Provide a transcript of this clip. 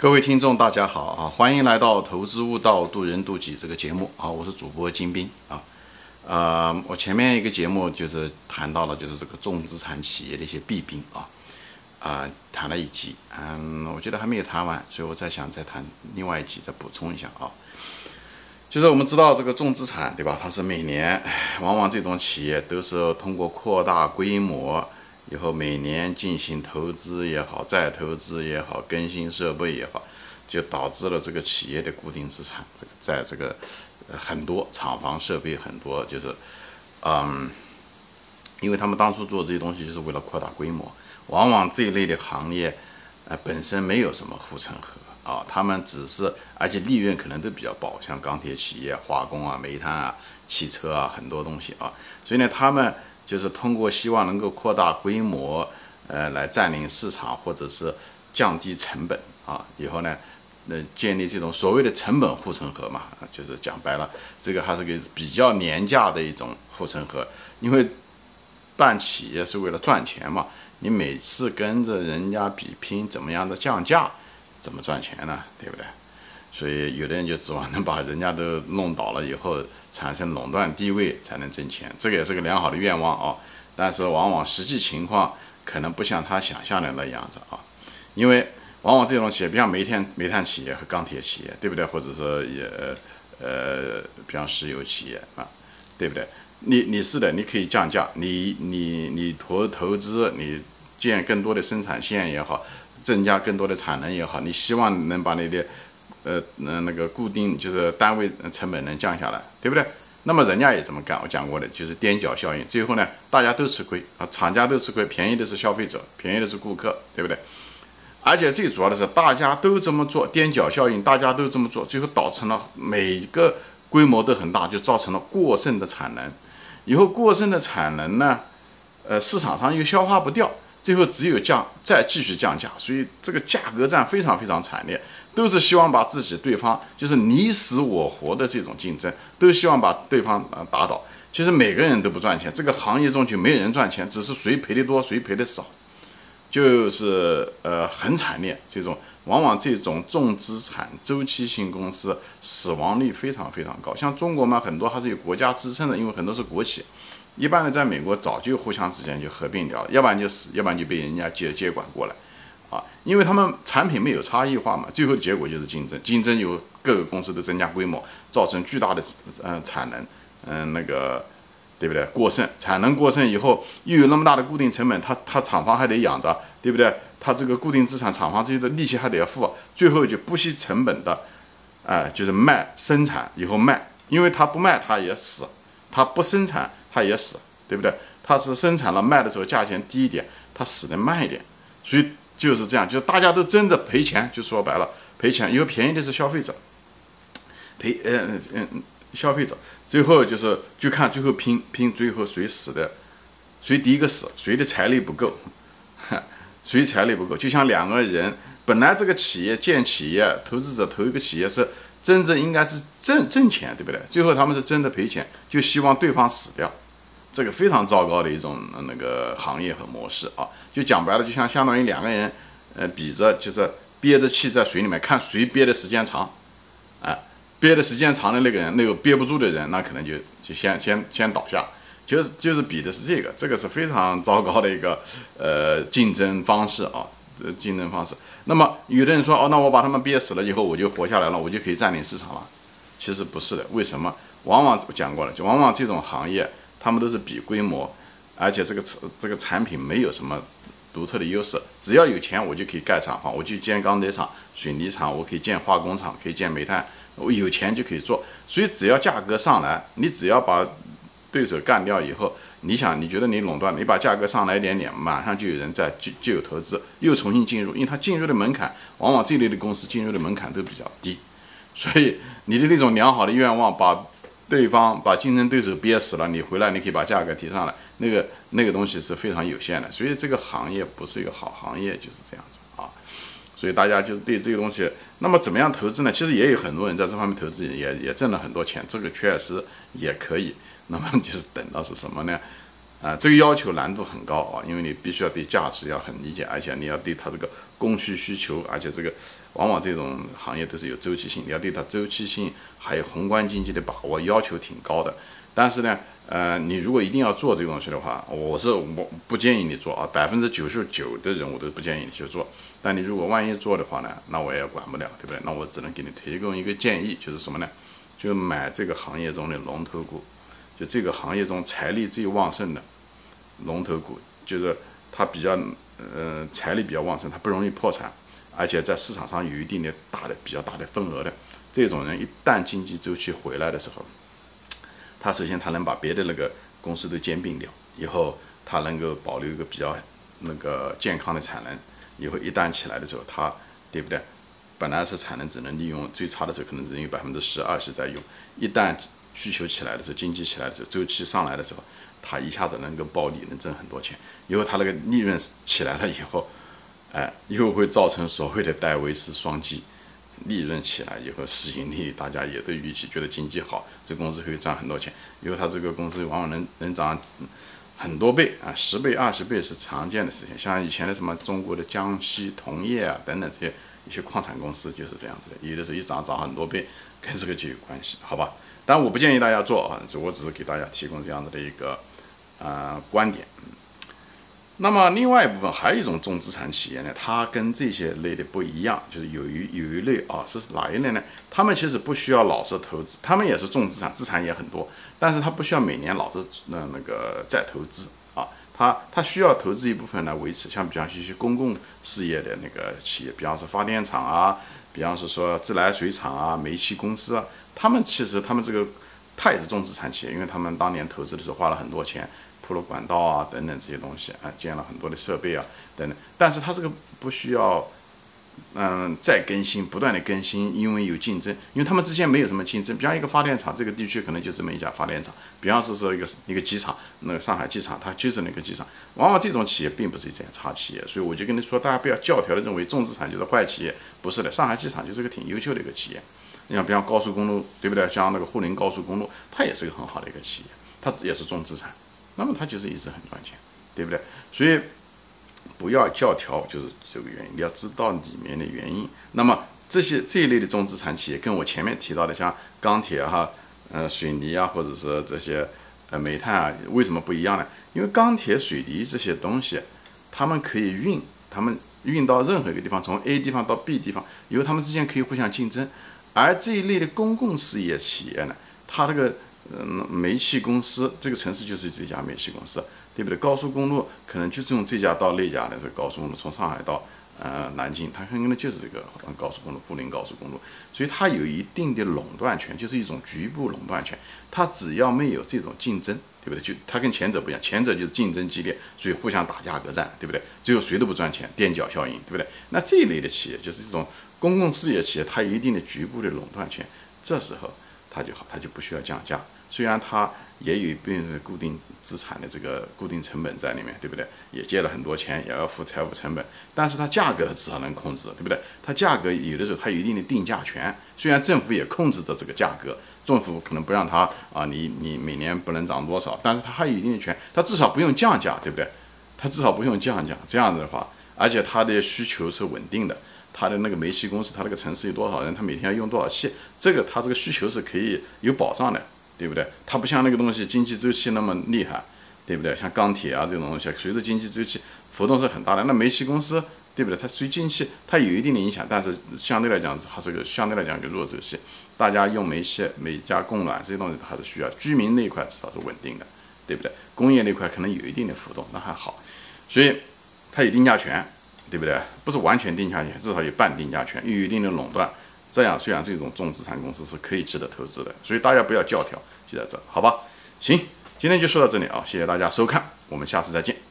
各位听众，大家好啊！欢迎来到《投资悟道，渡人渡己》这个节目啊！我是主播金兵啊。我前面一个节目就是谈到了就是这个重资产企业的一些弊病谈了一集，我觉得还没有谈完，所以我再谈另外一集，再补充一下啊。就是我们知道这个重资产，对吧？它是每年，往往这种企业都是通过扩大规模。以后每年进行投资也好，再投资也好，更新设备也好，就导致了这个企业的固定资产，在这个很多厂房设备很多，就是因为他们当初做这些东西就是为了扩大规模，往往这一类的行业本身没有什么护城河啊，他们只是而且利润可能都比较薄，像钢铁企业、化工啊、煤炭啊、汽车啊很多东西啊，所以呢他们就是通过希望能够扩大规模，来占领市场或者是降低成本啊，以后呢，建立这种所谓的成本护城河嘛，就是讲白了，这个还是个比较廉价的一种护城河，因为办企业是为了赚钱嘛，你每次跟着人家比拼怎么样的降价，怎么赚钱呢？对不对？所以有的人就指望能把人家都弄倒了以后，产生垄断地位才能挣钱，这个也是个良好的愿望啊。但是往往实际情况可能不像他想象的那样子啊，因为往往这种企业，比方煤炭企业和钢铁企业，对不对？或者说比方石油企业啊，对不对？你是的，你可以降价，你投资，你建更多的生产线也好，增加更多的产能也好，你希望能把你的那个固定就是单位成本能降下来，对不对？那么人家也这么干，我讲过的，就是踮脚效应。最后呢，大家都吃亏啊，厂家都吃亏，便宜的是消费者，便宜的是顾客，对不对？而且最主要的是，大家都这么做，踮脚效应，大家都这么做，最后导成了每个规模都很大，就造成了过剩的产能。以后过剩的产能呢，市场上又消化不掉。最后只有再继续降价，所以这个价格战非常非常惨烈，都是希望把对方就是你死我活的这种竞争，都希望把对方打倒。其实每个人都不赚钱，这个行业中就没有人赚钱，只是谁赔的多谁赔的少，就是很惨烈。往往这种重资产周期性公司死亡率非常非常高，像中国嘛，很多还是有国家支撑的，因为很多是国企。一般的在美国早就互相之间就合并掉了，要不然就死，要不然就被人家接管过来，因为他们产品没有差异化嘛，最后的结果就是竞争有各个公司都增加规模，造成巨大的产能，对不对？产能过剩以后，又有那么大的固定成本，它厂房还得养着，对不对？它这个固定资产厂房这些的利息还得要付，最后就不惜成本的，就是生产以后卖，因为它不卖它也死，它不生产。它也死，对不对？它是生产了卖的时候价钱低一点，它死的慢一点，所以就是这样，就大家都争着赔钱，就说白了赔钱，以后便宜的是消费者，消费者最后就看最后拼最后谁死的，谁第一个死，谁的财力不够，谁财力不够，就像两个人本来这个企业建企业，投资者投一个企业是真正应该是挣钱，对不对？最后他们是真的赔钱，就希望对方死掉。这个非常糟糕的一种那个行业和模式啊，就讲白了，就相当于两个人，比着就是憋着气在水里面，看谁憋的时间长，憋的时间长的那个人，那个憋不住的人，那可能就先倒下，就是比的是这个是非常糟糕的一个竞争方式啊，竞争方式。那么有的人说，那我把他们憋死了以后，我就活下来了，我就可以占领市场了。其实不是的，为什么？往往我讲过了，就往往这种行业。他们都是比规模，而且这个产品没有什么独特的优势。只要有钱，我就可以盖厂房，我去建钢铁厂、水泥厂，我可以建化工厂，可以建煤炭，我有钱就可以做。所以只要价格上来，你只要把对手干掉以后，你觉得你垄断，你把价格上来一点点，马上就有人就有投资，又重新进入，因为它进入的门槛，往往这类的公司进入的门槛都比较低，所以你的那种良好的愿望把竞争对手憋死了，你回来你可以把价格提上来，那个东西是非常有限的，所以这个行业不是一个好行业，就是这样子啊。所以大家就对这个东西，那么怎么样投资呢？其实也有很多人在这方面投资，也挣了很多钱，这个确实也可以。那么就是等到是什么呢？ 这个要求难度很高啊，因为你必须要对价值要很理解，而且你要对它这个供需需求，而且这个往往这种行业都是有周期性，你要对它周期性还有宏观经济的把握要求挺高的。但是呢，你如果一定要做这个东西的话，我不建议你做啊，99%的人我都不建议你去做。但你如果万一做的话呢，那我也管不了，对不对？那我只能给你提供一个建议，就是什么呢？就买这个行业中的龙头股，就这个行业中财力最旺盛的龙头股，就是它比较财力比较旺盛，它不容易破产，而且在市场上有一定的比较大的份额的这种人，一旦经济周期回来的时候，他首先他能把别的那个公司都兼并掉，以后他能够保留一个比较那个健康的产能，以后一旦起来的时候，他对不对？本来是产能只能利用最差的时候可能只能有10%-20%在用，一旦需求起来的时候，经济起来的时候，周期上来的时候，他一下子能够暴利，能挣很多钱。以后他那个利润起来了以后，又会造成所谓的戴维斯双击。利润起来以后，市盈率大家也都预期，觉得经济好，这公司可以赚很多钱。以后它这个公司往往能涨很多倍啊，10倍、20倍是常见的事情。像以前的什么中国的江西铜业啊等等这些一些矿产公司就是这样子的，有的时候一涨很多倍，跟这个就有关系，好吧？但我不建议大家做啊，我只是给大家提供这样子的一个观点。那么另外一部分还有一种重资产企业呢，它跟这些类的不一样，就是有一类啊，是哪一类呢？他们其实不需要老是投资，他们也是重资产，资产也很多，但是他不需要每年老是那个再投资啊，他需要投资一部分来维持，像比方一些公共事业的那个企业，比方说发电厂啊，比方说自来水厂啊、煤气公司啊，他们这个它也是重资产企业，因为他们当年投资的时候花了很多钱。铺了管道啊，等等这些东西啊，建了很多的设备啊，等等。但是它这个不需要，再更新，不断的更新，因为有竞争，因为他们之间没有什么竞争。比方一个发电厂，这个地区可能就这么一家发电厂。比方说一个机场，那个上海机场，它就是那个机场。往往这种企业并不是一家差企业，所以我就跟你说，大家不要教条的认为重资产就是坏企业，不是的。上海机场就是个挺优秀的一个企业。你像比方高速公路，对不对？像那个沪宁高速公路，它也是个很好的一个企业，它也是重资产。那么它就是一直很赚钱，对不对？所以不要教条，就是这个原因，你要知道里面的原因。那么这一类的重资产企业，跟我前面提到的像钢铁水泥啊，或者是这些煤炭啊，为什么不一样呢？因为钢铁、水泥这些东西，他们可以运到任何一个地方，从 A 地方到 B 地方，以后他们之间可以互相竞争。而这一类的公共事业企业呢，它这个煤气公司，这个城市就是这家煤气公司，对不对？高速公路可能就从这家到那家的这个高速公路，从上海到南京，它可能就是这个高速公路，沪宁高速公路，所以它有一定的垄断权，就是一种局部垄断权。它只要没有这种竞争，对不对？就它跟前者不一样，前者就是竞争激烈，所以互相打价格战，对不对？最后谁都不赚钱，垫脚效应，对不对？那这一类的企业就是这种公共事业企业，它有一定的局部的垄断权，这时候它就好，它就不需要降价。虽然它也有一部分固定资产的这个固定成本在里面，对不对？也借了很多钱，也要付财务成本，但是它价格它至少能控制，对不对？它价格有的时候它有一定的定价权，虽然政府也控制着这个价格，政府可能不让它你每年不能涨多少，但是它还有一定的权，它至少不用降价，对不对？它至少不用降价，这样子的话，而且它的需求是稳定的。它的那个煤气公司，它那个城市有多少人，它每天要用多少气，它这个需求是可以有保障的，对不对？它不像那个东西经济周期那么厉害，对不对？像钢铁啊这种东西，随着经济周期浮动是很大的。那煤气公司，对不对？它随经济它有一定的影响，但是相对来讲它这个相对来讲一个弱周期，大家用煤气、煤加供暖这些东西还是需要。居民那一块至少是稳定的，对不对？工业那块可能有一定的浮动，那还好，所以它有定价权。对不对？不是完全定价权，至少有半定价权，又有一定的垄断。这样虽然这种重资产公司是可以值得投资的，所以大家不要教条，就在这，好吧？行，今天就说到这里啊，谢谢大家收看，我们下次再见。